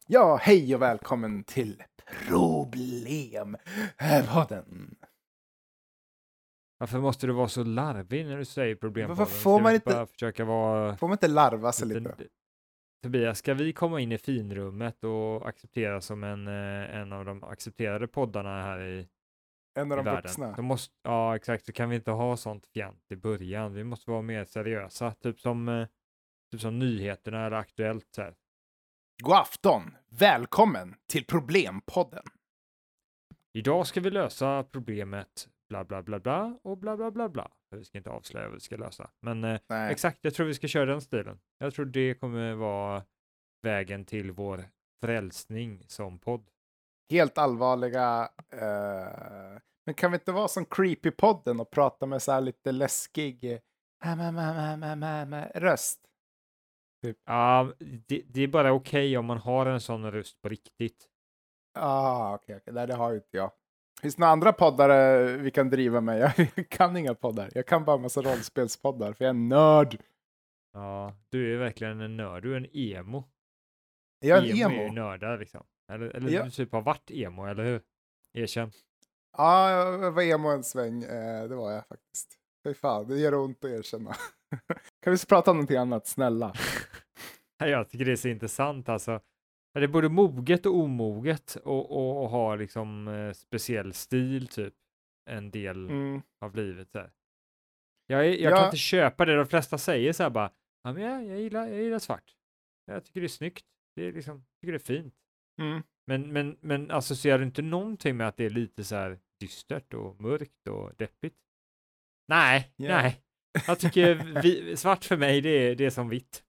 Ja, hej och välkommen till Problempodden. Varför måste du vara så larvig när du säger Varför problempodden? får Ska du man inte inte, bara försöka vara får man inte larva sig lite... lite? Tobias, ska vi komma in i finrummet och acceptera som en av de accepterade poddarna här En av i de världen? vuxna. Ja, exakt, så kan vi inte ha sånt fjant i början. Vi måste vara mer seriösa, typ som nyheterna eller Aktuellt så här. God afton! Välkommen till Problempodden. Idag ska vi lösa problemet bla bla bla bla och bla bla bla bla. Vi ska inte avslöja vad vi ska lösa. Men Nej, exakt, jag tror vi ska köra den stilen. Jag tror det kommer vara vägen till vår frälsning som podd. helt allvarliga. Men kan vi inte vara som Creepy-podden och prata med så här lite läskig röst? Typ. Ja, det är bara okej om man har en sån röst på riktigt. Okej. Nej, det har ju inte jag. Finns det några andra poddar vi kan driva med? Jag kan inga poddar. Jag kan bara en massa rollspelspoddar, för jag är en nörd. Ja, du är verkligen en nörd. Du är en emo. Jag är en Emo är ju emo. nördar liksom. Eller Ja, du typ har varit emo, eller hur? Erkänn. ja, jag var emo en sväng. Det var jag faktiskt. Fy fan, det gör ont att erkänna. Kan vi prata om någonting annat, snälla? Jag tycker det är så intressant alltså. Det är både moget och omoget och ha liksom speciell stil typ en del Mm. av livet där. Jag kan Ja, inte köpa det. De flesta säger så här bara, ja men jag gillar svart. Jag tycker det är snyggt. Det är liksom, jag tycker det är fint. mm. Men associerar du inte någonting med att det är lite så här dystert och mörkt och deppigt? Nej, Ja. nej. Jag tycker svart för mig det är som vitt.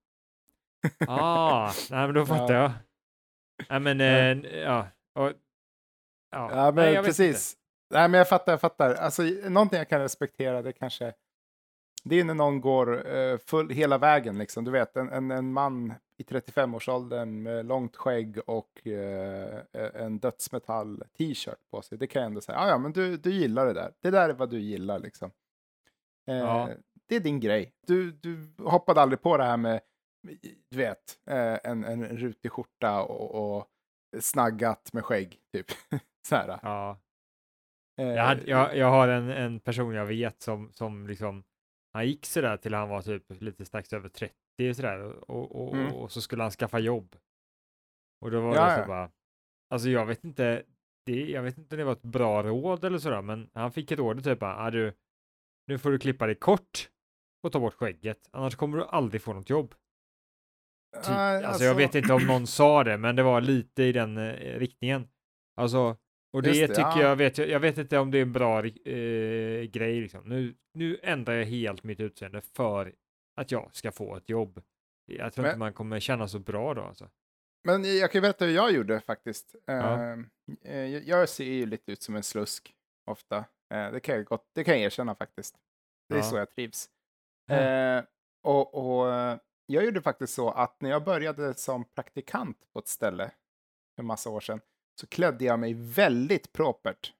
Nej men då fattar Ja. jag. Nej men, Ja. ja. Och, ja. Ja, Nej, men jag vet inte. precis. Nej, men jag fattar. Alltså, någonting jag kan respektera, det kanske... Det är när någon går hela vägen, liksom. Du vet, en man i 35-årsåldern med långt skägg och en dödsmetall-t-shirt på sig. Det kan jag ändå säga, ja, men du gillar det där. Det där är vad du gillar, liksom. Ja, Det är din grej. Du hoppade aldrig på det här med, du vet, en rutig skjorta och snaggat med skägg, typ. Så här. ja. Eh, Jag har en person jag vet som liksom, han gick sådär till han var typ lite strax över 30 och sådär mm, och så skulle han skaffa jobb. Och då var det ja, så ja. bara, alltså jag vet inte, jag vet inte om det var ett bra råd eller sådär, men han fick ett råd typ bara, nu får du klippa dig kort och ta bort skägget, annars kommer du aldrig få något jobb. Typ, alltså jag Alltså, vet inte om någon sa det, men det var lite i den riktningen. Alltså, och just det det, tycker ja. jag vet inte om det är en bra grej liksom. Nu ändrar jag helt mitt utseende för att jag ska få ett jobb. Jag tror Men, inte man kommer känna så bra då alltså. men jag kan ju berätta hur jag gjorde faktiskt. Ja, Jag ser ju lite ut som en slusk ofta. Det kan jag erkänna faktiskt. Det är så ja. jag trivs. Ja. Eh, jag gjorde faktiskt så att när jag började som praktikant på ett ställe för massa år sedan så klädde jag mig väldigt propert.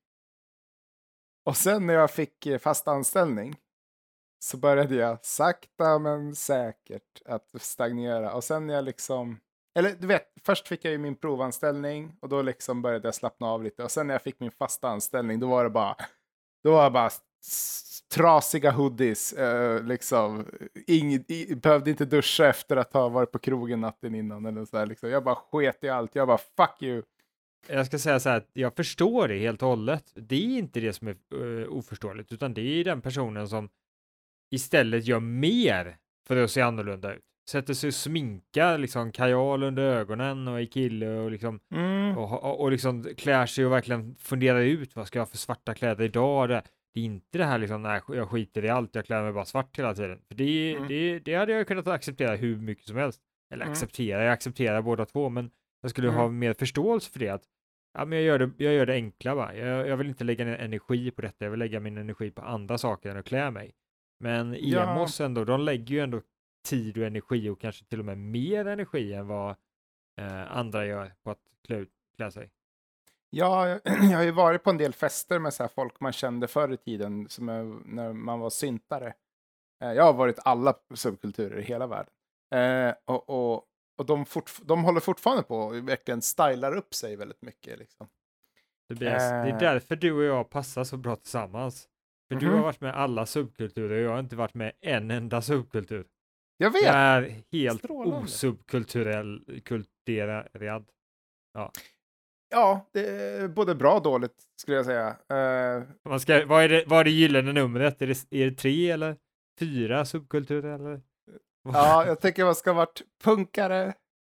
Och sen när jag fick fast anställning så började jag sakta men säkert att stagnera. Och sen när jag liksom, eller du vet, först fick jag ju min provanställning och då liksom började jag slappna av lite. Och sen när jag fick min fasta anställning då var det bara trasiga hoodies. Liksom. Behövde inte duscha efter att ha varit på krogen natten innan. Eller så där, liksom. Jag bara sket i allt. Jag bara fuck you. Jag ska säga så här att jag förstår det helt och hållet. Det är inte det som är oförståeligt, utan det är den personen som istället gör mer för att se annorlunda ut. Sätter sig och sminkar liksom kajal under ögonen och är kille och liksom Mm, och liksom klär sig och verkligen funderar ut vad ska jag ha för svarta kläder idag. Det är inte det här liksom, nej, jag skiter i allt, jag klär mig bara svart hela tiden. För mm, det hade jag kunnat acceptera hur mycket som helst. Eller mm, jag accepterar båda två, men jag skulle mm. ha mer förståelse för det. Att, ja, men jag gör det enkla bara. Jag vill inte lägga ner energi på detta, jag vill lägga min energi på andra saker än att klä mig. Men Ja, emos ändå, de lägger ju ändå tid och energi och kanske till och med mer energi än vad andra gör på att klä sig. ja, jag har ju varit på en del fester med så här folk man kände förr i tiden, när man var syntare. Jag har varit alla subkulturer i hela världen. Och de håller fortfarande på och verkligen stylar upp sig väldigt mycket. Liksom. Tobias, det är därför du och jag passar så bra tillsammans. För du har varit med alla subkulturer och jag har inte varit med en enda subkultur. Jag vet! Jag är helt Strålande. osubkulturerad. Ja, det är både bra och dåligt skulle jag säga. Vad är det gyllene numret? Är det 3 eller 4 subkulturer? Eller? Ja, jag tänker man ska ha varit punkare,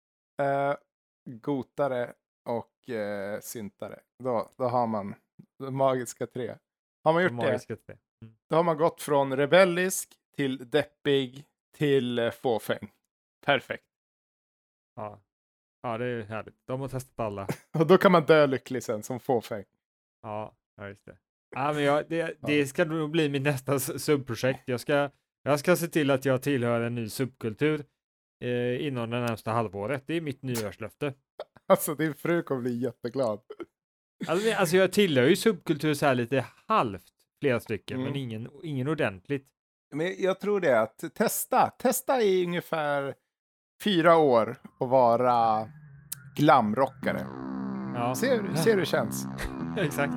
gotare och syntare. Då har man de magiska 3. Har man gjort det, då har man gått från rebellisk till deppig till fåfäng. Perfekt. Ja, det är härligt. De har testat alla. Och då kan man dö lycklig sen som fåfäng. Ja, just det. Ja, men det ska nog bli mitt nästa subprojekt. Jag ska se till att jag tillhör en ny subkultur inom det närmsta halvåret. Det är mitt nyårslöfte. Alltså din fru kommer bli jätteglad. Alltså jag tillhör ju subkultur så här lite halvt, flera stycken, men ingen ordentligt. Men jag tror det att testa i ungefär 4 år och vara glamrockare. Ja. Se hur det känns. Exakt.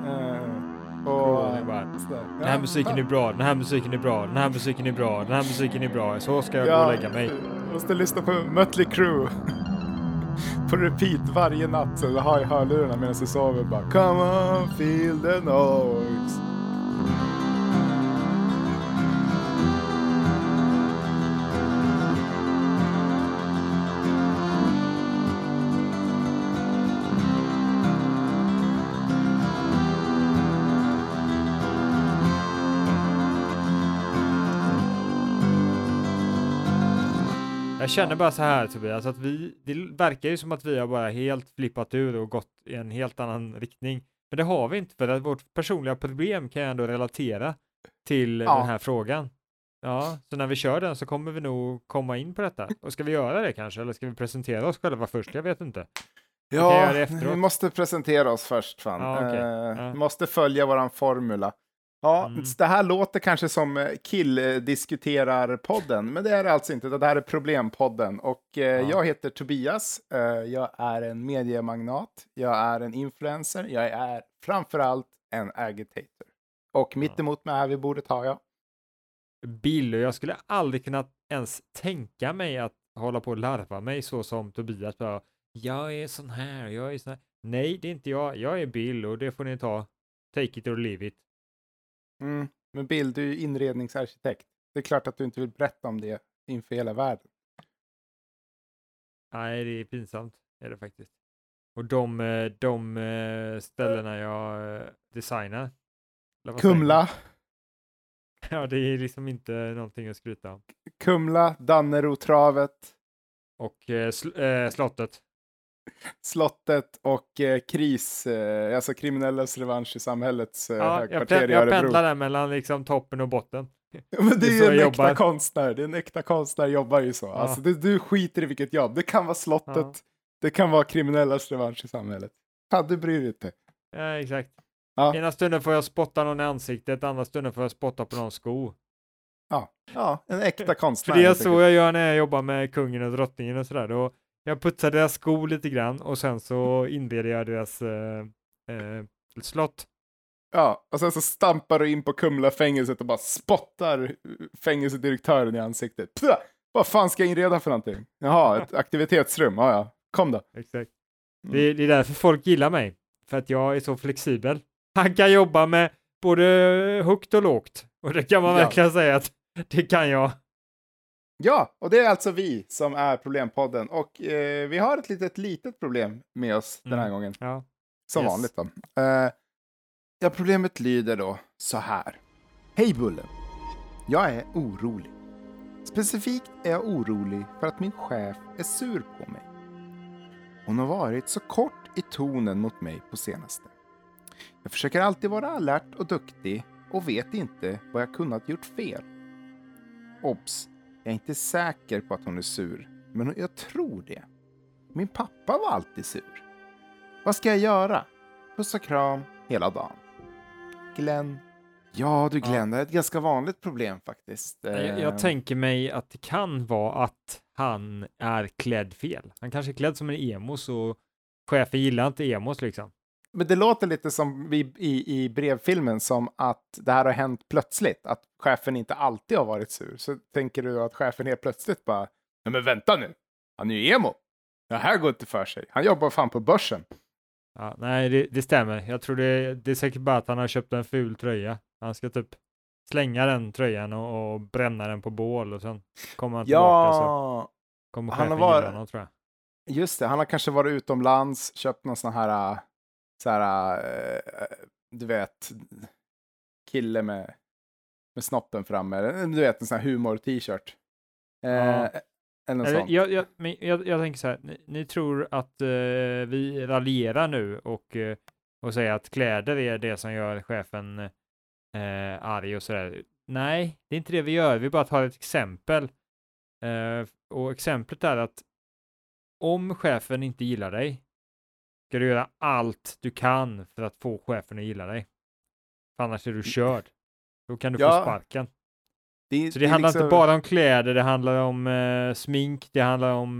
Den här musiken är bra, den här musiken är bra, den här musiken är bra, den här musiken är bra. Så ska jag gå och lägga mig. Jag måste lyssna på Mötley Crüe på repeat varje natt, så jag har i hörlurarna medan jag sover bara come on, feel the noise. Jag känner bara så här Tobias, att det verkar ju som att vi har bara helt flippat ur och gått i en helt annan riktning. Men det har vi inte, för att vårt personliga problem kan jag ändå relatera till den här frågan. Ja, så när vi kör den så kommer vi nog komma in på detta. Och ska vi göra det kanske, eller ska vi presentera oss själva först? Jag vet inte. Ja, vi måste presentera oss först fan. Ja, okay. Vi måste följa våran formula. Ja, det här låter kanske som kill-diskuterar-podden, men det är det alltså inte. Det här är problempodden. Och jag heter Tobias. Jag är en mediemagnat. Jag är en influencer. Jag är framförallt en agitator. Och mitt emot mig här vid bordet har jag Bill, och jag skulle aldrig kunna ens tänka mig att hålla på och larva mig så som Tobias. Bara, jag är sån här, jag är sån här. Nej, det är inte jag. Jag är Bill och det får ni ta. Take it or leave it. Men Bill, du är ju inredningsarkitekt. Det är klart att du inte vill berätta om det inför hela världen. Nej, det är pinsamt. Är det faktiskt. Och de ställena jag designar. Kumla. Ja, det är liksom inte någonting att skryta om. Kumla, Dannerotravet. Och slottet. Slottet och alltså kriminellas revansch i samhällets högkvarter i jag Örebro. pendlar där mellan liksom toppen och botten. Ja, men det är ju en äkta konstnär. Det är en äkta konstnär jobbar ju så. Ja. Alltså du skiter i vilket jobb. Det kan vara slottet. Ja. Det kan vara kriminellas revansch i samhället. Fan, du bryr dig inte. Ja, exakt. Ja. Ena stunden får jag spotta någon i ansiktet, andra stunden får jag spotta på någon sko. Ja, en äkta konstnär. För det är så jag gör när jag jobbar med kungen och drottningen och sådär. Då jag putsar deras sko lite grann och sen så inreder jag deras slott. Ja, och sen så stampar du in på Kumla-fängelset och bara spottar fängelsedirektören i ansiktet. Pah! Vad fan ska jag inreda för någonting? Jaha, ett aktivitetsrum. Ja, kom då. Exakt. Det är därför folk gillar mig. För att jag är så flexibel. Han kan jobba med både högt och lågt. Och det kan man verkligen säga att det kan jag. Ja, och det är alltså vi som är Problempodden. Och vi har ett litet problem med oss den här gången. Ja. Som vanligt då. Problemet lyder då så här. Hej Bullen. Jag är orolig. Specifikt är jag orolig för att min chef är sur på mig. Hon har varit så kort i tonen mot mig på senaste. Jag försöker alltid vara alert och duktig och vet inte vad jag kunnat gjort fel. Obs, jag är inte säker på att hon är sur, men jag tror det. Min pappa var alltid sur. Vad ska jag göra? Puss och kram hela dagen. Glenn. Ja du Glenn, det är ett ganska vanligt problem faktiskt. Jag tänker mig att det kan vara att han är klädd fel. Han kanske är klädd som en emo, så chefen gillar inte emos liksom. Men det låter lite som i brevfilmen som att det här har hänt plötsligt. Att chefen inte alltid har varit sur. Så tänker du då att chefen helt plötsligt bara, nej men vänta nu, han är ju emo. Det här går inte för sig. Han jobbar fan på börsen. Ja, nej, det stämmer. Jag tror det är säkert bara att han har köpt en ful tröja. Han ska typ slänga den tröjan och bränna den på bål och sen kommer han tillbaka, så kommer chefen gilla honom, tror jag. Just det, han har kanske varit utomlands, köpt någon sån här, du vet, kille med snoppen framme. Du vet, en sån här humor-t-shirt. Eller något sånt. Jag tänker så här, ni tror att vi raljerar nu och säger att kläder är det som gör chefen arg och sådär. Nej, det är inte det vi gör. Vi bara tar ett exempel. Och exemplet är att om chefen inte gillar dig, ska du göra allt du kan för att få chefen att gilla dig. För annars är du körd. Då kan du få sparken. Så det handlar liksom inte bara om kläder, det handlar om smink, det handlar om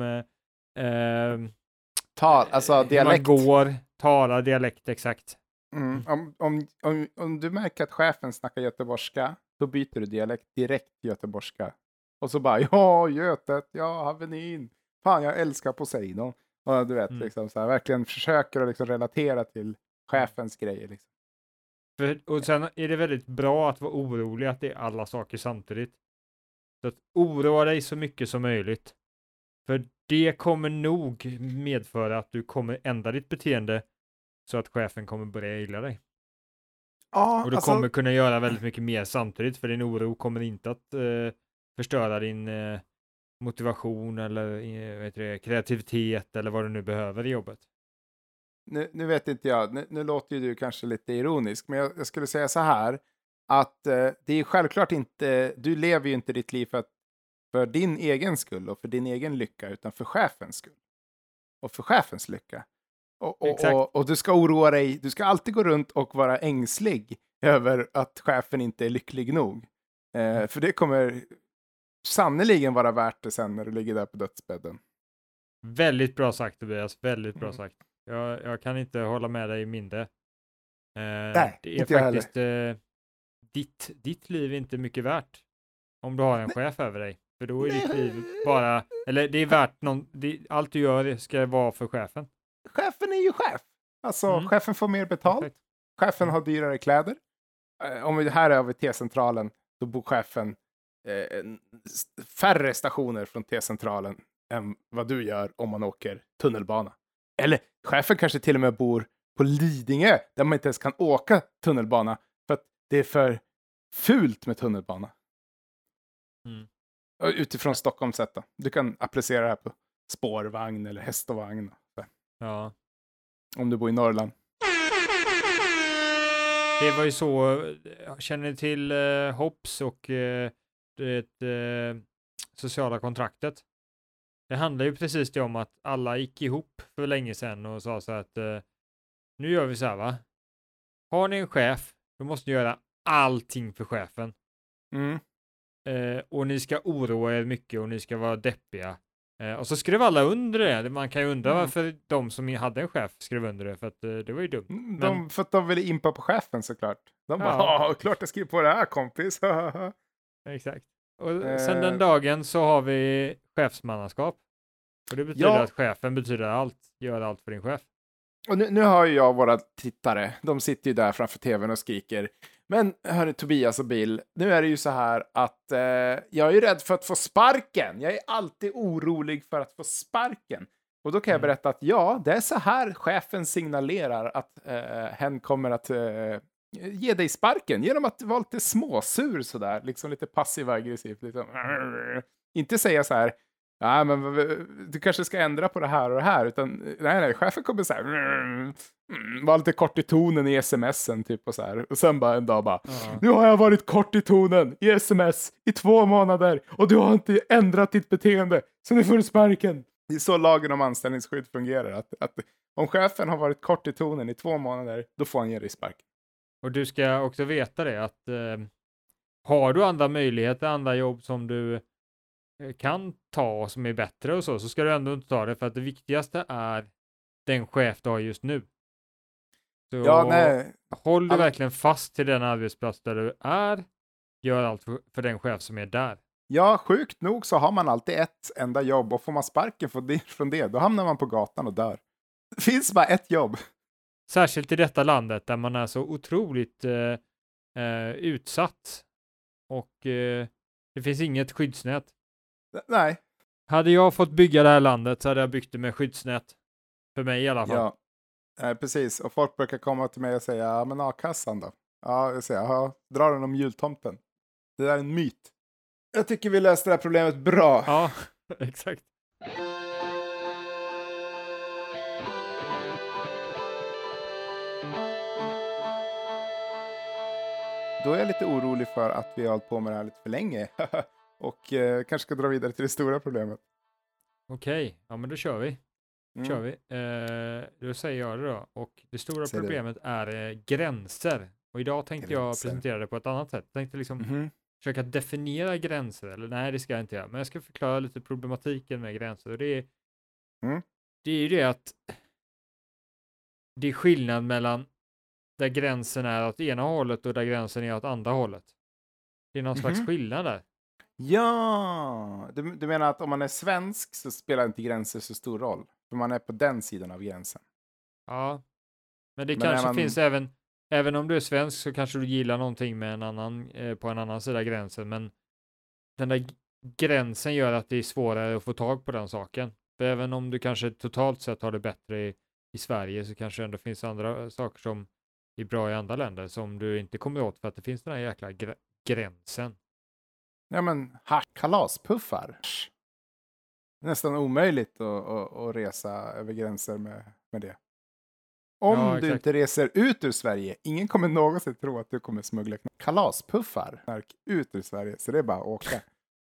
dialekt. Man går, tala, dialekt, exakt. Om du märker att chefen snackar göteborgska, då byter du dialekt direkt göteborgska. Och så bara, ja, Götet, ja, Havenin. Fan, jag älskar Poseidon. Och du vet, liksom så här, verkligen försöker att liksom relatera till chefens grejer. Liksom. Och sen är det väldigt bra att vara orolig att det är alla saker samtidigt. Så att oroa dig så mycket som möjligt. För det kommer nog medföra att du kommer ändra ditt beteende så att chefen kommer börja gilla dig. Ja, och du kommer kunna göra väldigt mycket mer samtidigt, för din oro kommer inte att förstöra din motivation eller kreativitet eller vad du nu behöver i jobbet. Nu vet inte jag, nu låter ju du kanske lite ironisk, men jag skulle säga så här, att det är självklart inte, du lever ju inte ditt liv för din egen skull och för din egen lycka, utan för chefens skull. Och för chefens lycka. Och du ska oroa dig, du ska alltid gå runt och vara ängslig över att chefen inte är lycklig nog. För det kommer sannoliken vara värt det sen när du ligger där på dödsbädden. Väldigt bra sagt, Tobias, väldigt bra sagt. Jag kan inte hålla med dig mindre. Nej, det är faktiskt ditt liv är inte mycket värt om du har en chef över dig. För då är ditt liv bara, eller det är värt allt du gör ska vara för chefen. Chefen är ju chef. Alltså, chefen får mer betalt. Perfekt. Chefen har dyrare kläder. Om vi här är vid T-centralen, då bor chefen färre stationer från T-centralen än vad du gör om man åker tunnelbana. Eller chefen kanske till och med bor på Lidingö, där man inte ens kan åka tunnelbana för att det är för fult med tunnelbana. Utifrån Stockholm sett då. Du kan applicera det här på spårvagn eller häst och vagn. Ja. Om du bor i Norrland. Det var ju så, känner ni till Hopps och det sociala kontraktet? Det handlar ju precis det om att alla gick ihop för länge sedan och sa så att nu gör vi så här, va? Har ni en chef, då måste ni göra allting för chefen. Och ni ska oroa er mycket och ni ska vara deppiga. Och så skrev alla under det. Man kan ju undra varför de som hade en chef skrev under det, för att det var ju dumt. För att de ville impa på chefen såklart. De bara, klart jag skriver på det här, kompis. Exakt. Och sen den dagen så har vi chefsmannaskap. Och det betyder att chefen betyder allt. Gör allt för din chef. Och nu har ju jag våra tittare. De sitter ju där framför tvn och skriker. Men hörru Tobias och Bill, nu är det ju så här att jag är ju rädd för att få sparken. Jag är alltid orolig för att få sparken. Och då kan jag berätta att det är så här chefen signalerar att hen kommer att ge dig sparken. Genom att vara lite småsur sådär. Liksom lite passiv-aggressivt. Liksom. Inte säga så här, ja, men du kanske ska ändra på det här och det här. Utan nej, chefen kommer så här, var lite kort i tonen i sms'en typ och så här. Och sen bara en dag nu har jag varit kort i tonen i sms i 2 månader och du har inte ändrat ditt beteende, så nu får du sparken. Det är så lagen om anställningsskydd fungerar, att om chefen har varit kort i tonen i 2 månader, då får han ge dig sparken. Och du ska också veta det att har du andra möjligheter, andra jobb som du kan ta och som är bättre och så ska du ändå inte ta det, för att det viktigaste är den chef du har just nu. Så Ja, nej. håll dig verkligen fast till den arbetsplats där du är. Gör allt för den chef som är där. Ja, sjukt nog så har man alltid ett enda jobb och får man sparken från det, då hamnar man på gatan och dör. Det finns bara ett jobb. Särskilt i detta landet där man är så otroligt utsatt och det finns inget skyddsnät. Nej. Hade jag fått bygga det här landet så hade jag byggt det med skyddsnät. För mig i alla fall. Ja, precis. Och folk brukar komma till mig och säga, ja men a-kassan då? Ja, jag säger, ja, drar den om jultomten. Det där är en myt. Jag tycker vi löste det här problemet bra. Ja, exakt. Då är jag lite orolig för att vi har hållit på med det här lite för länge. Och kanske ska dra vidare till det stora problemet. Okej, ja men då kör vi. Då säger jag det då. Och det stora problemet är gränser. Och idag tänkte jag presentera det på ett annat sätt. Jag tänkte liksom försöka definiera gränser. Eller nej, det ska jag inte göra. Men jag ska förklara lite problematiken med gränser. Och det är ju det att det är skillnad mellan där gränsen är åt ena hållet och där gränsen är åt andra hållet. Det är någon slags skillnad där. Ja, du menar att om man är svensk så spelar inte gränser så stor roll. För man är på den sidan av gränsen. Ja, men det kanske finns även om du är svensk så kanske du gillar någonting med en annan på en annan sida gränsen. Men den där gränsen gör att det är svårare att få tag på den saken. För även om du kanske totalt sett har det bättre i Sverige så kanske det ändå finns andra saker som är bra i andra länder som du inte kommer åt för att det finns den här jäkla gränsen. Ja men, kalaspuffar. Nästan omöjligt att resa över gränser med det. Om du inte reser ut ur Sverige, ingen kommer någonsin tro att du kommer smuggla kalaspuffar ut ur Sverige, så det är bara att åka.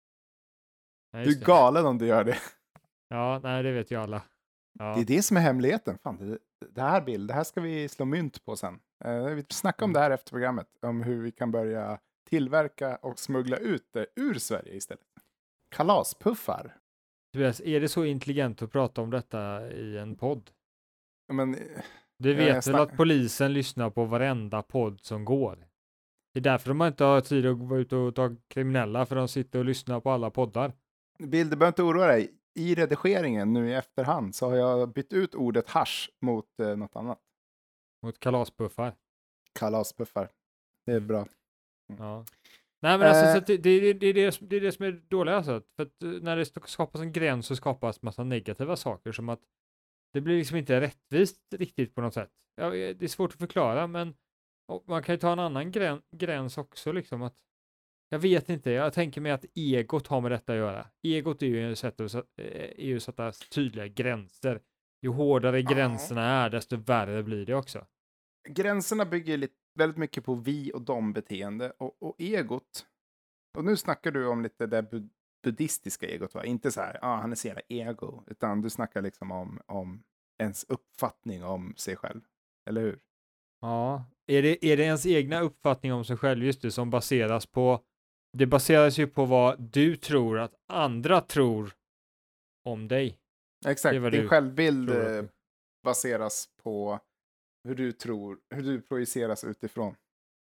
Du är galen om du gör det. Ja, nej det vet ju alla. Ja. Det är det som är hemligheten. Fan, det här ska vi slå mynt på sen. Vi snackar om det här efter programmet, om hur vi kan börja tillverka och smuggla ut det ur Sverige istället. Kalaspuffar. Är det så intelligent att prata om detta i en podd? Men, du vet väl att polisen lyssnar på varenda podd som går? Det är därför de inte har tid att gå ut och ta kriminella, för de sitter och lyssnar på alla poddar. Bill, du behöver inte oroa dig. I redigeringen nu i efterhand så har jag bytt ut ordet hasch mot något annat. Mot kalaspuffar. Kalaspuffar. Det är bra. Ja. Nej men alltså så det är det som är dåligt alltså. För att när det skapas en gräns så skapas massa negativa saker, som att det blir liksom inte rättvist riktigt på något sätt. Ja, det är svårt att förklara, men man kan ju ta en annan gräns också liksom, att jag vet inte, jag tänker mig att egot har med detta att göra. Egot är ju att sätta tydliga gränser. Ju hårdare gränserna är, desto värre blir det också. Gränserna bygger väldigt mycket på vi och dom-beteende och egot. Och nu snackar du om lite det buddhistiska egot, va? Inte så här, han är så jävla ego, utan du snackar liksom om ens uppfattning om sig själv. Eller hur? Ja, är det ens egna uppfattning om sig själv, just det, som baseras på, det baseras ju på vad du tror att andra tror om dig. Exakt, din självbild baseras på hur du projiceras utifrån.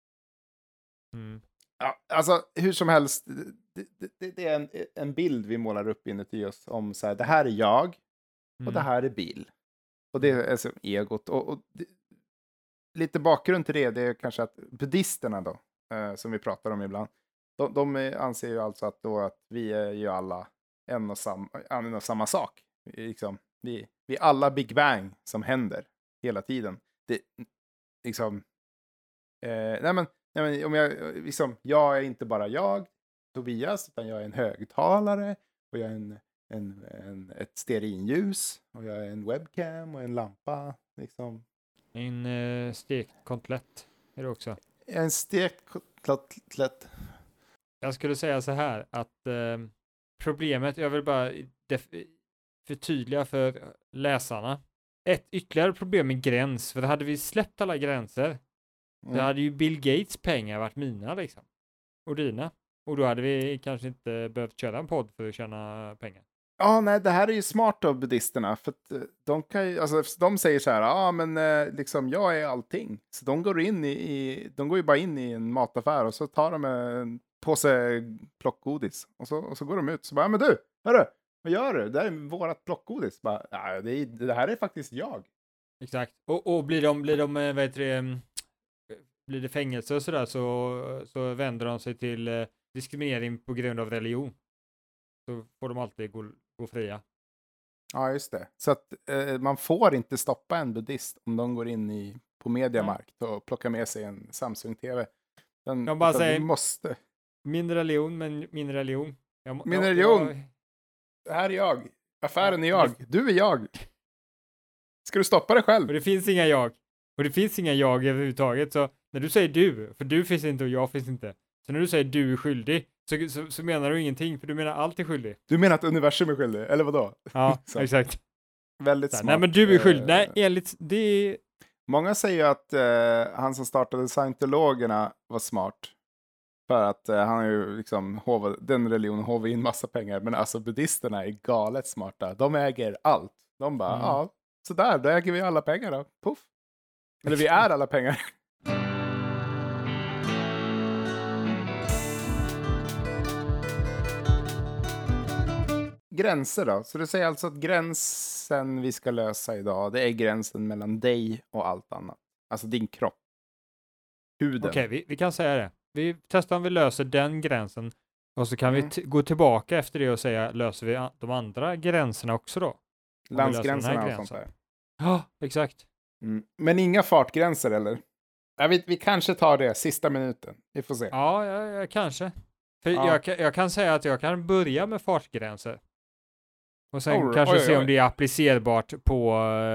Ja, alltså hur som helst, det är en bild vi målar upp inuti oss om så här, det här är jag och det här är Bill. Och det är som egot. Och lite bakgrund till det är kanske att buddhisterna då, som vi pratar om ibland, de anser ju alltså att vi är ju alla en och samma sak. Vi är alla Big Bang som händer hela tiden. Det, liksom, nej men om jag är inte bara jag, Tobias, utan jag är en högtalare och jag är ett stearinljus och jag är en webcam och en lampa. Liksom. En stekt kotlett är det också. En stekt kotlett. Jag skulle säga så här att problemet, jag vill bara förtydliga för läsarna. Ett ytterligare problem med gräns, för hade vi släppt alla gränser så hade ju Bill Gates pengar varit mina liksom. Och dina. Och då hade vi kanske inte behövt köra en podd för att tjäna pengar. Ja, nej, det här är ju smart av buddhisterna. För att de kan ju, alltså, de säger så här, ja men liksom jag är allting. Så de går in de går ju bara in i en mataffär och så tar de en påse plockgodis. Och så går de ut. Så bara, ja men du, hörru, vad gör du? Det här är vårat plockgodis. Bara, ja, det här är faktiskt jag. Exakt. Och blir de vad heter det, blir det fängelse och sådär så vänder de sig till diskriminering på grund av religion. Så får de alltid gå fria. Ja, just det. Så att man får inte stoppa en buddhist om de går in på Mediamarkt och plockar med sig en Samsung-TV. De bara säger, du måste. Min religion, men min religion. Min religion. Det här är jag. Affären är jag. Du är jag. Ska du stoppa dig själv? Och det finns inga jag. Och det finns inga jag överhuvudtaget. Så när du säger du, för du finns inte och jag finns inte. Så när du säger du är skyldig så menar du ingenting, för du menar allt är skyldig. Du menar att universum är skyldig, eller vadå? Ja, exakt. Väldigt smart. Nej, men du är skyldig. Nej, enligt det... Många säger att han som startade scientologerna var smart. För att han har ju liksom den religionen hovar in massa pengar. Men alltså buddhisterna är galet smarta. De äger allt. De bara, ja, sådär, då äger vi alla pengar då. Puff. Eller vi är alla pengar. Gränser då? Så du säger alltså att gränsen vi ska lösa idag, det är gränsen mellan dig och allt annat. Alltså din kropp. Huden. Okej, vi kan säga det. Vi testar om vi löser den gränsen. Och så kan vi gå tillbaka efter det och säga, löser vi de andra gränserna också då? Landsgränserna och sånt där. Ja, exakt. Men inga fartgränser eller? Ja, vi kanske tar det sista minuten. Vi får se. Ja, kanske. För jag kan säga att jag kan börja med fartgränser. Och sen kanske se om det är applicerbart på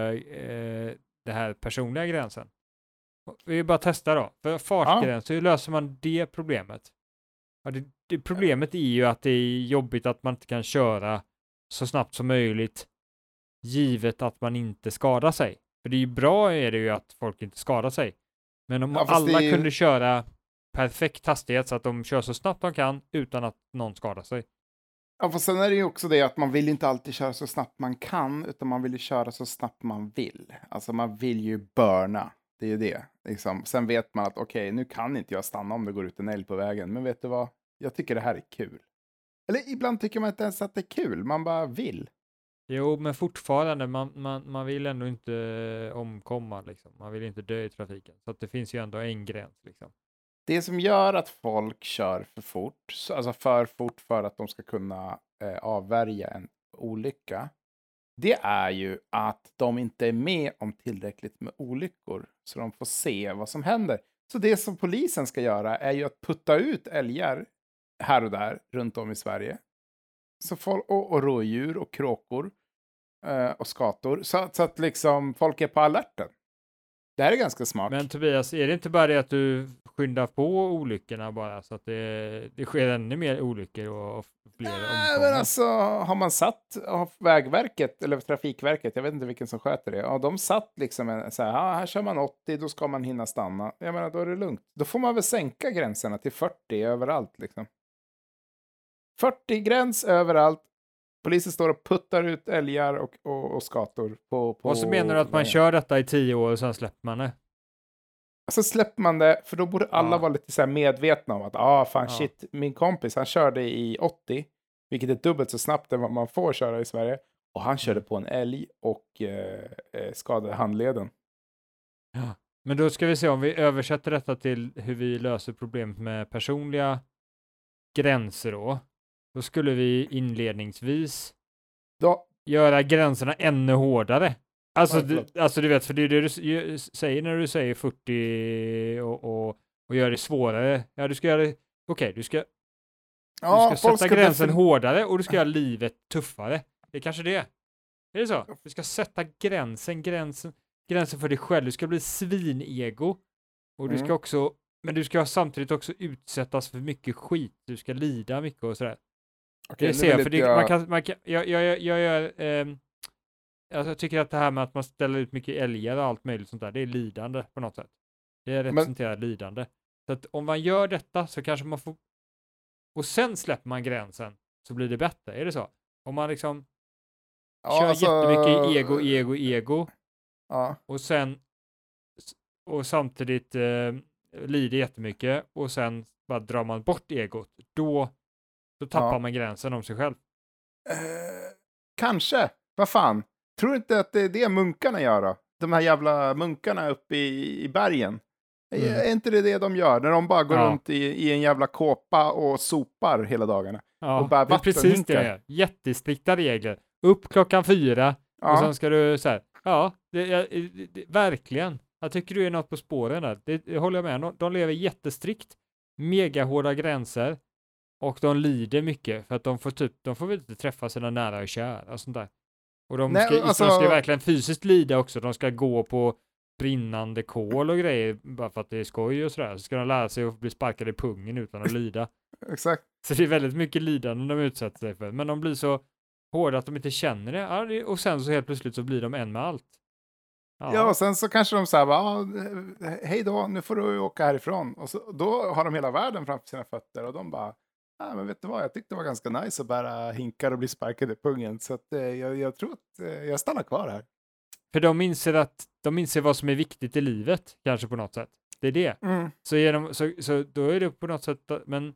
det här personliga gränsen. Vi bara testa då. För fartgränser, hur löser man det problemet? Ja, det problemet är ju att det är jobbigt att man inte kan köra så snabbt som möjligt, givet att man inte skadar sig. För det är ju bra är det ju att folk inte skadar sig. Men om alla kunde köra perfekt hastighet så att de kör så snabbt de kan utan att någon skadar sig. Ja, för sen är det ju också det att man vill inte alltid köra så snabbt man kan, utan man vill ju köra så snabbt man vill. Alltså man vill ju burna. Det är ju det. Liksom. Sen vet man att okej, nu kan inte jag stanna om det går ut en älg på vägen. Men vet du vad? Jag tycker det här är kul. Eller ibland tycker man inte ens att det är kul. Man bara vill. Jo, men fortfarande, man vill ändå inte omkomma. Liksom. Man vill inte dö i trafiken. Så att det finns ju ändå en gräns. Liksom. Det som gör att folk kör för fort, alltså för fort för att de ska kunna avvärja en olycka, det är ju att de inte är med om tillräckligt med olyckor så de får se vad som händer. Så det som polisen ska göra är ju att putta ut älgar här och där runt om i Sverige. Och rådjur och kråkor och skator. Så att liksom folk är på alerten. Det här är ganska smart. Men Tobias, är det inte bara det att du skyndar på olyckorna bara så att det sker ännu mer olyckor och fler omkomna? Men alltså, har man satt Vägverket eller Trafikverket, jag vet inte vilken som sköter det, ja, de satt liksom så här kör man 80, då ska man hinna stanna. Jag menar, då är det lugnt. Då får man väl sänka gränserna till 40 överallt liksom. 40 gräns överallt. Polisen står och puttar ut älgar och skator på och så menar du att man kör detta i 10 år och sen släpper man det? Så släpper man det, för då borde alla vara lite så här medvetna om att shit, min kompis han körde i 80, vilket är dubbelt så snabbt än vad man får köra i Sverige. Och han körde på en älg och skadade handleden. Ja. Men då ska vi se om vi översätter detta till hur vi löser problemet med personliga gränser då. Då skulle vi inledningsvis göra gränserna ännu hårdare. Alltså du vet, för det är det du säger när du säger 40 och gör det svårare. Ja, du ska göra det, du ska sätta gränsen hårdare och du ska göra livet tuffare. Det är kanske det. Är det så? Du ska sätta gränsen för dig själv. Du ska bli svinego. Och du ska också, men du ska samtidigt också utsättas för mycket skit. Du ska lida mycket och sådär. Okej, jag tycker att det här med att man ställer ut mycket älgar och allt möjligt sånt där, det är lidande på något sätt. Det representerar lidande. Så att om man gör detta så kanske man får och sen släpper man gränsen så blir det bättre. Är det så? Om man liksom Ja, kör alltså, jättemycket ego ja, och sen och samtidigt lider jättemycket och sen bara drar man bort egot, då tappar ja. man gränsen om sig själv. Kanske. Vad fan? Tror du inte att det är det munkarna gör då? De här jävla munkarna uppe i bergen. Är inte det de gör? När de bara går Ja. runt i en jävla kåpa och sopar hela dagarna. Och Ja, bara det är precis det jag gör. Jättestrikta regler. Upp 4:00 och Ja, sen ska du så här. Ja, verkligen. Jag tycker du är något på spåren där. Det håller jag med. De lever jättestrikt, mega hårda gränser och de lider mycket för att de får väl inte träffa sina nära och kära och sånt där. Och de nej, alltså, ska verkligen fysiskt lida också. De ska gå på brinnande kol och grejer bara för att det är skoj och sådär. Så ska de lära sig att bli sparkade i pungen utan att lida. exakt. Så det är väldigt mycket lidande de utsätter sig för. Men de blir så hårda att de inte känner det. Ja, och sen så helt plötsligt så blir de en med allt. Ja, och sen så kanske de säger, hej då, nu får du åka härifrån. Och så, då har de hela världen framför sina fötter och de bara, men vet du vad, jag tyckte det var ganska nice att bära hinkar och bli sparkad i pungen. Så att, jag tror att jag stannar kvar här. För de inser vad som är viktigt i livet, kanske på något sätt. Det är det. Mm. Så då är det på något sätt, men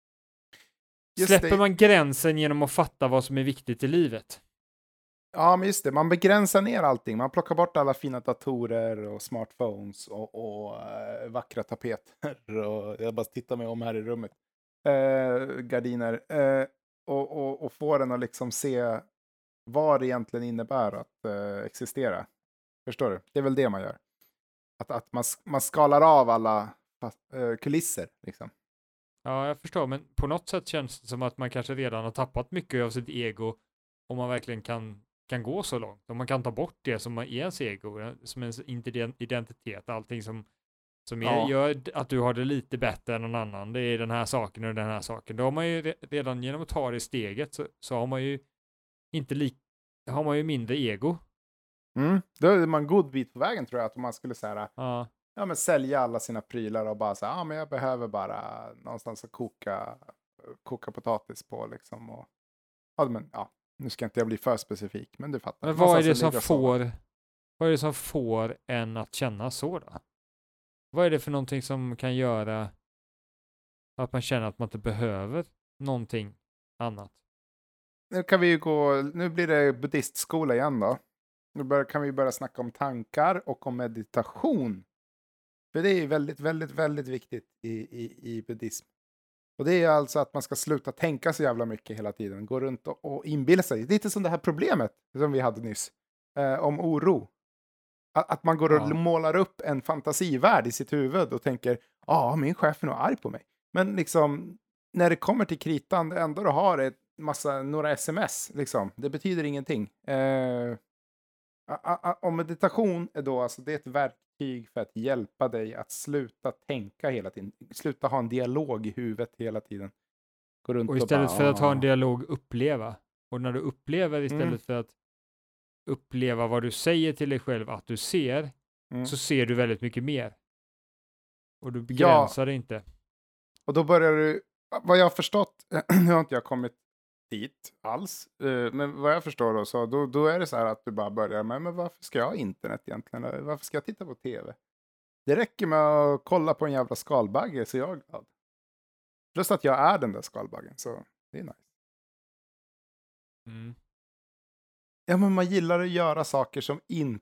Just släpper det. man gränsen genom att fatta vad som är viktigt i livet? Ja, men just det. Man begränsar ner allting. Man plockar bort alla fina datorer och smartphones och vackra tapeter. Och jag bara tittar mig om här i rummet. Gardiner. Och får den att liksom se vad det egentligen innebär att existera. Förstår du? Det är väl det man gör. Att man skalar av alla kulisser. Liksom. Ja, jag förstår, men på något sätt känns det som att man kanske redan har tappat mycket av sitt ego om man verkligen kan gå så långt. Om man kan ta bort det som är ens ego, som ens identitet, allting som gör att du har det lite bättre än någon annan. Det är den här saken och den här saken. Då har man ju redan genom att ta det steget så har man ju har man ju mindre ego. Då är man god bit på vägen tror jag. Att om man skulle säga Ja. men sälja alla sina prylar och bara säga, men jag behöver bara någonstans att koka potatis på liksom. Och, nu ska inte jag bli för specifik, men du fattar. Men vad är det som får en att känna så då? Vad är det för någonting som kan göra att man känner att man inte behöver någonting annat? Nu blir det buddhistskola igen då. Nu kan vi börja snacka om tankar och om meditation. För det är väldigt, väldigt, väldigt viktigt i buddhism. Och det är alltså att man ska sluta tänka så jävla mycket hela tiden. Gå runt och inbilla sig. Det är lite som det här problemet som vi hade nyss. Om oro. Att man går och målar upp en fantasivärld i sitt huvud och tänker, min chef är nog arg på mig. Men liksom, när det kommer till kritan, det enda du har är några sms. Liksom. Det betyder ingenting. Och meditation är då, alltså det är ett verktyg för att hjälpa dig att sluta tänka hela tiden. Sluta ha en dialog i huvudet hela tiden. Gå runt och istället för att ha en dialog uppleva. Och när du upplever istället för att uppleva vad du säger till dig själv att du ser, så ser du väldigt mycket mer. Och du begränsar det inte. Och då börjar du, vad jag har förstått, nu har inte jag kommit dit alls, men vad jag förstår då, så då är det så här att du bara börjar med, men varför ska jag ha internet egentligen? Varför ska jag titta på tv? Det räcker med att kolla på en jävla skalbagge så jag är glad. Plus att jag är den där skalbaggen, så det är nice. Ja, men man gillar att göra saker som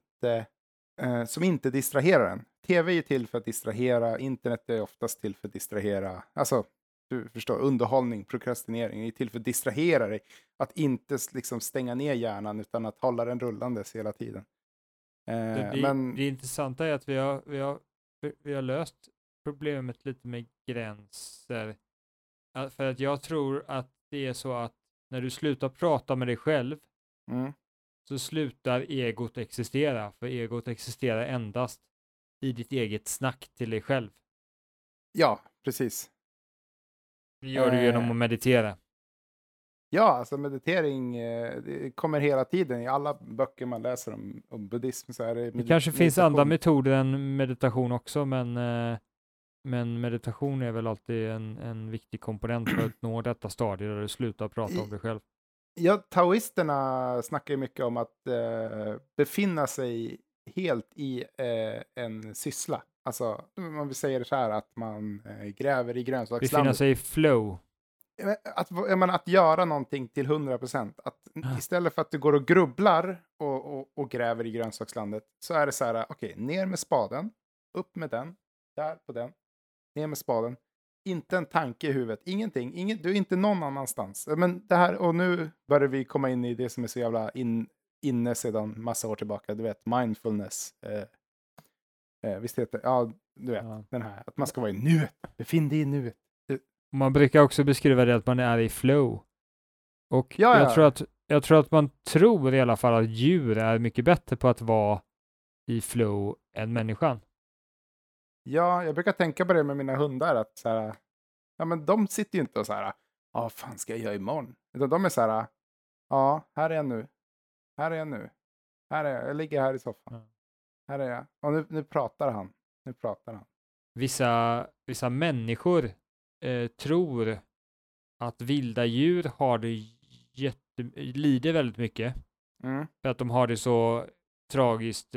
inte distraherar en. Tv är ju till för att distrahera, internet är oftast till för att distrahera. Alltså, du förstår, underhållning, prokrastinering är till för att distrahera dig. Att inte liksom stänga ner hjärnan utan att hålla den rullandes hela tiden. Det intressanta är att vi har löst problemet lite med gränser. För att jag tror att det är så att när du slutar prata med dig själv så slutar egot existera. För egot existerar endast i ditt eget snack till dig själv. Ja, precis. Det gör du genom att meditera. Ja, alltså meditering det kommer hela tiden. I alla böcker man läser om buddhism så är det Det kanske finns andra metoder än meditation också, men Men meditation är väl alltid en viktig komponent för att nå detta stadie där du slutar prata om dig själv. Ja, taoisterna snackar ju mycket om att befinna sig helt i en syssla. Alltså, om vi säger så här att man gräver i Befinna grönsakslandet. sig i flow. Jag menar, att göra någonting till 100%. Att istället för att du går och grubblar och gräver i grönsakslandet så är det så här, okej, ner med spaden, upp med den, där på den, ner med spaden. Inte en tanke i huvudet, ingenting, du är inte någon annanstans. Men det här, och nu börjar vi komma in i det som är så jävla inne sedan massa år tillbaka, du vet, mindfulness. Visst heter ja, du vet, den här, att man ska vara i nuet, befinn dig i nuet. Man brukar också beskriva det att man är i flow. Och Ja, jag tror att man tror i alla fall att djur är mycket bättre på att vara i flow än människan. Ja, jag brukar tänka på det med mina hundar, att så här, ja men de sitter ju inte och så här, vad fan ska jag göra imorgon? Utan de är så här, ja, här är jag nu. Här är jag nu. Här är jag ligger här i soffan. Ja. Här är jag. Och nu pratar han. Nu pratar han. Vissa människor tror att vilda djur har det lider väldigt mycket. För att de har det så tragiskt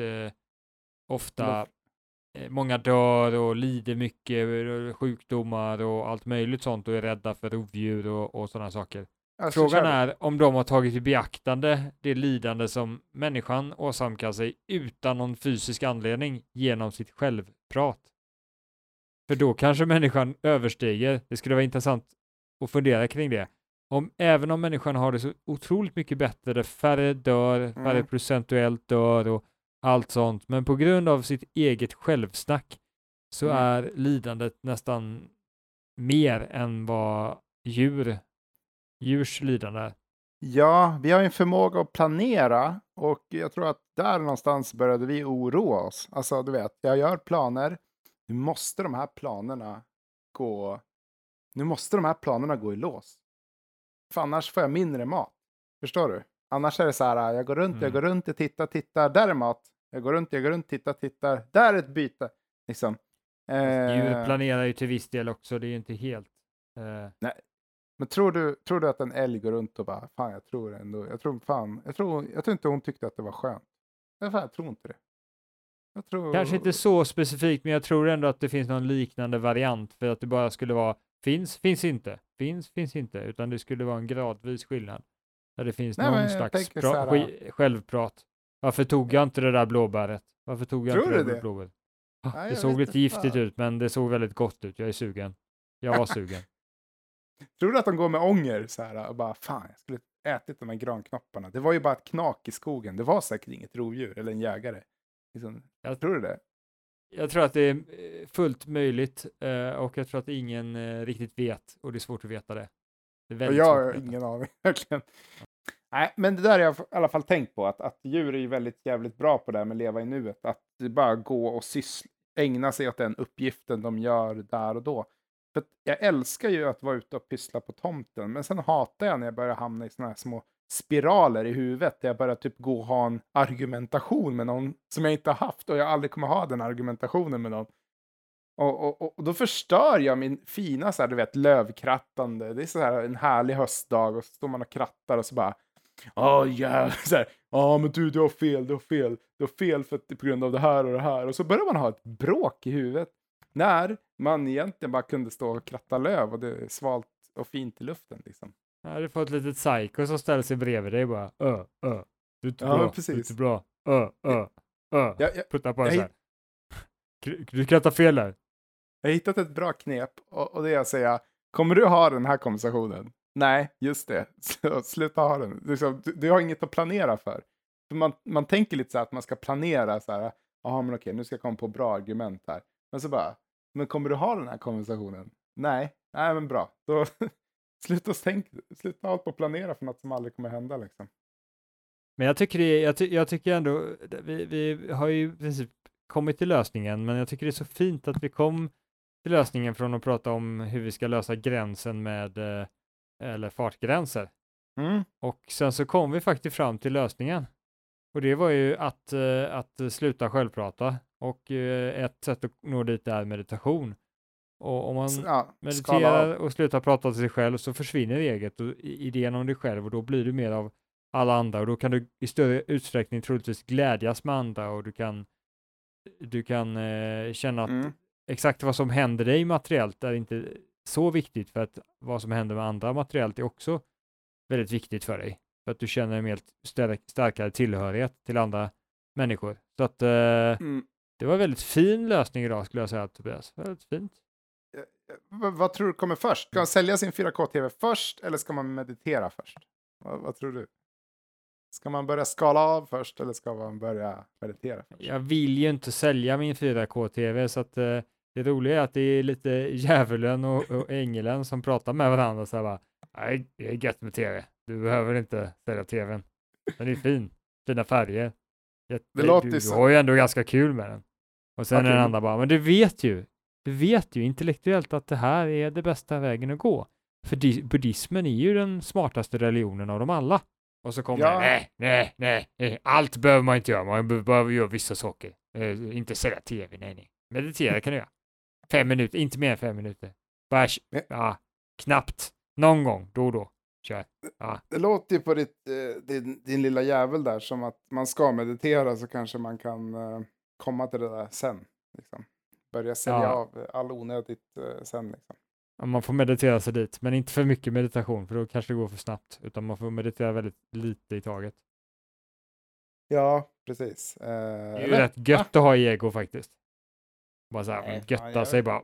ofta. Många dör och lider mycket, sjukdomar och allt möjligt sånt och är rädda för rovdjur och sådana saker. Alltså, Frågan är om de har tagit i beaktande det lidande som människan åsamkar sig utan någon fysisk anledning genom sitt självprat. För då kanske människan överstiger. Det skulle vara intressant att fundera kring det. Även om människan har det så otroligt mycket bättre, färre dör, färre procentuellt dör och allt sånt. Men på grund av sitt eget självsnack så är lidandet nästan mer än vad djurs lidande är. Ja, vi har en förmåga att planera och jag tror att där någonstans började vi oroa oss. Alltså, du vet, jag gör planer. Nu måste de här planerna gå i lås. För annars får jag mindre mat. Förstår du? Annars är det så här, jag går runt, jag tittar, där är mat. Jag går runt, tittar, där är ett byte. Liksom. Djur planerar ju till viss del också, det är ju inte helt... Nej. Men tror du att en älg går runt och bara, fan jag tror inte hon tyckte att det var skönt. Jag tror inte det. Kanske inte så specifikt, men jag tror ändå att det finns någon liknande variant för att det bara skulle vara finns inte, finns inte, utan det skulle vara en gradvis skillnad. Där det finns någon slags självprat. Varför tog jag inte det där blåbäret? Varför tog jag inte det där blåbäret? Det såg lite giftigt ut, men det såg väldigt gott ut. Jag är sugen. Jag var sugen. Tror du att de går med ånger så här och bara, fan jag skulle ätit de här granknopparna. Det var ju bara ett knak i skogen. Det var säkert inget rovdjur eller en jägare. Liksom, tror du det? Jag tror att det är fullt möjligt och jag tror att ingen riktigt vet och det är svårt att veta det. Jag har ingen aning, verkligen. Nej, men det där har jag i alla fall tänkt på, att djur är ju väldigt jävligt bra på det här med att leva i nuet. Att bara gå och ägna sig åt den uppgiften de gör där och då. För jag älskar ju att vara ute och pyssla på tomten, men sen hatar jag när jag börjar hamna i såna här små spiraler i huvudet, där jag börjar typ gå och ha en argumentation med någon som jag inte har haft och jag aldrig kommer ha den argumentationen med någon. Och då förstör jag min fina så här, du vet, lövkrattande. Det är så här en härlig höstdag och så står man och krattar och så bara men du har fel för att på grund av det här och det här. Och så börjar man ha ett bråk i huvudet när man egentligen bara kunde stå och kratta löv och det är svalt och fint i luften liksom. Ja, du får ett litet psycho som ställer sig bredvid dig bara. Du är inte ja, bra, precis. du är inte bra. Putta på så här. Du krattar fel där. Jag har hittat ett bra knep och det är att säga, kommer du ha den här konversationen? Nej, just det. Sluta ha den. Du har inget att planera för man tänker lite så här att man ska planera så här, jaha men okej, nu ska jag komma på bra argument här. Men så bara, men kommer du ha den här konversationen? Nej men bra. Då sluta hålla på att planera för något som aldrig kommer hända liksom. Men jag tycker ändå, vi har ju i princip kommit till lösningen, men jag tycker det är så fint att vi kom till lösningen från att prata om hur vi ska lösa gränsen eller fartgränser. Och sen så kom vi faktiskt fram till lösningen. Och det var ju att sluta självprata. Och ett sätt att nå dit är meditation. Och om man skala mediterar av. och slutar prata till sig själv så försvinner eget och idén om dig själv och då blir du mer av alla andra och då kan du i större utsträckning troligtvis glädjas med andra och du kan känna att exakt vad som händer dig materiellt är inte så viktigt för att vad som händer med andra materiellt är också väldigt viktigt för dig. För att du känner en mer starkare tillhörighet till andra människor. Så att det var en väldigt fin lösning idag skulle jag säga, Tobias. Väldigt fint. Vad tror du kommer först? Ska man sälja sin 4K-tv först eller ska man meditera först? Vad tror du? Ska man börja skala av först eller ska man börja meditera först? Jag vill ju inte sälja min 4K-tv så att det roliga är att det är lite djävulen och ängeln som pratar med varandra så här bara, nej, det är gött med tv. Du behöver inte sälja tvn. Den är fin. Fina färger. Du har ju ändå ganska kul med den. Och sen är den andra bara, men du vet ju intellektuellt att det här är det bästa vägen att gå. För buddhismen är ju den smartaste religionen av dem alla. Och så kommer det, nej, allt behöver man inte göra. Man behöver göra vissa saker. Inte sälja tv, nej. Meditera kan du göra. 5 minuter, inte mer än 5 minuter. Bara, knappt. Någon gång, då och då. Kör. Ja. Det låter ju på din lilla jävel där som att man ska meditera så kanske man kan komma till det där sen. Liksom. Börja sälja av all onödigt sen. Liksom. Ja, man får meditera sig dit, men inte för mycket meditation för då kanske det går för snabbt. Utan man får meditera väldigt lite i taget. Ja, precis. Det är ju rätt gött att ha ego faktiskt. Bara så här, götta sig bara.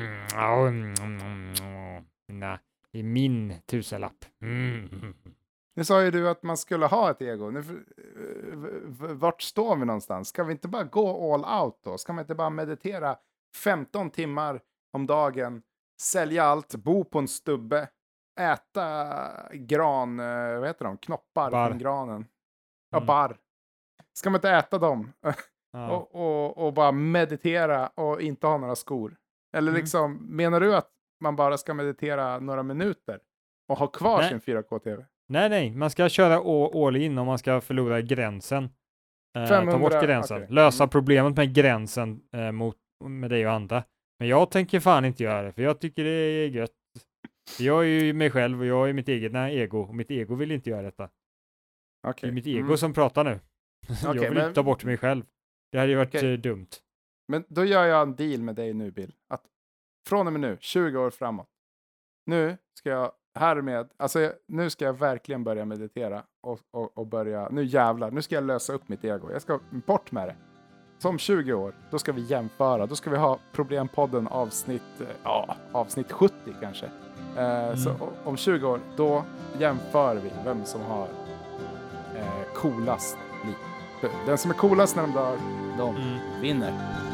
Nej, i min tusenlapp. Nu sa ju du att man skulle ha ett ego. Vart står vi någonstans? Ska vi inte bara gå all out då? Ska man inte bara meditera 15 timmar om dagen, sälja allt, bo på en stubbe, äta vad heter de? Knoppar från granen. Ja, barr. Ska man inte äta dem? och bara meditera och inte ha några skor? Eller liksom, menar du att man bara ska meditera några minuter och ha kvar sin 4K-tv? Nej, man ska köra all in om man ska förlora gränsen. 500, ta bort gränsen. Okay. Lösa problemet med gränsen med dig och andra. Men jag tänker fan inte göra det, för jag tycker det är gött. Jag är ju mig själv och jag är mitt eget ego. Och mitt ego vill inte göra detta. Det är mitt ego som pratar nu. Jag vill inte ta bort mig själv. Det hade ju varit dumt. Men då gör jag en deal med dig nu, Bill. Att från och med nu, 20 år framåt. Nu ska jag nu ska jag verkligen börja meditera. Och börja, nu jävlar, nu ska jag lösa upp mitt ego. Jag ska bort med det. Som 20 år, då ska vi jämföra. Då ska vi ha Problempodden avsnitt 70 kanske. Så om 20 år, då jämför vi vem som har coolast liv. Den som är coolast när de dör, de vinner.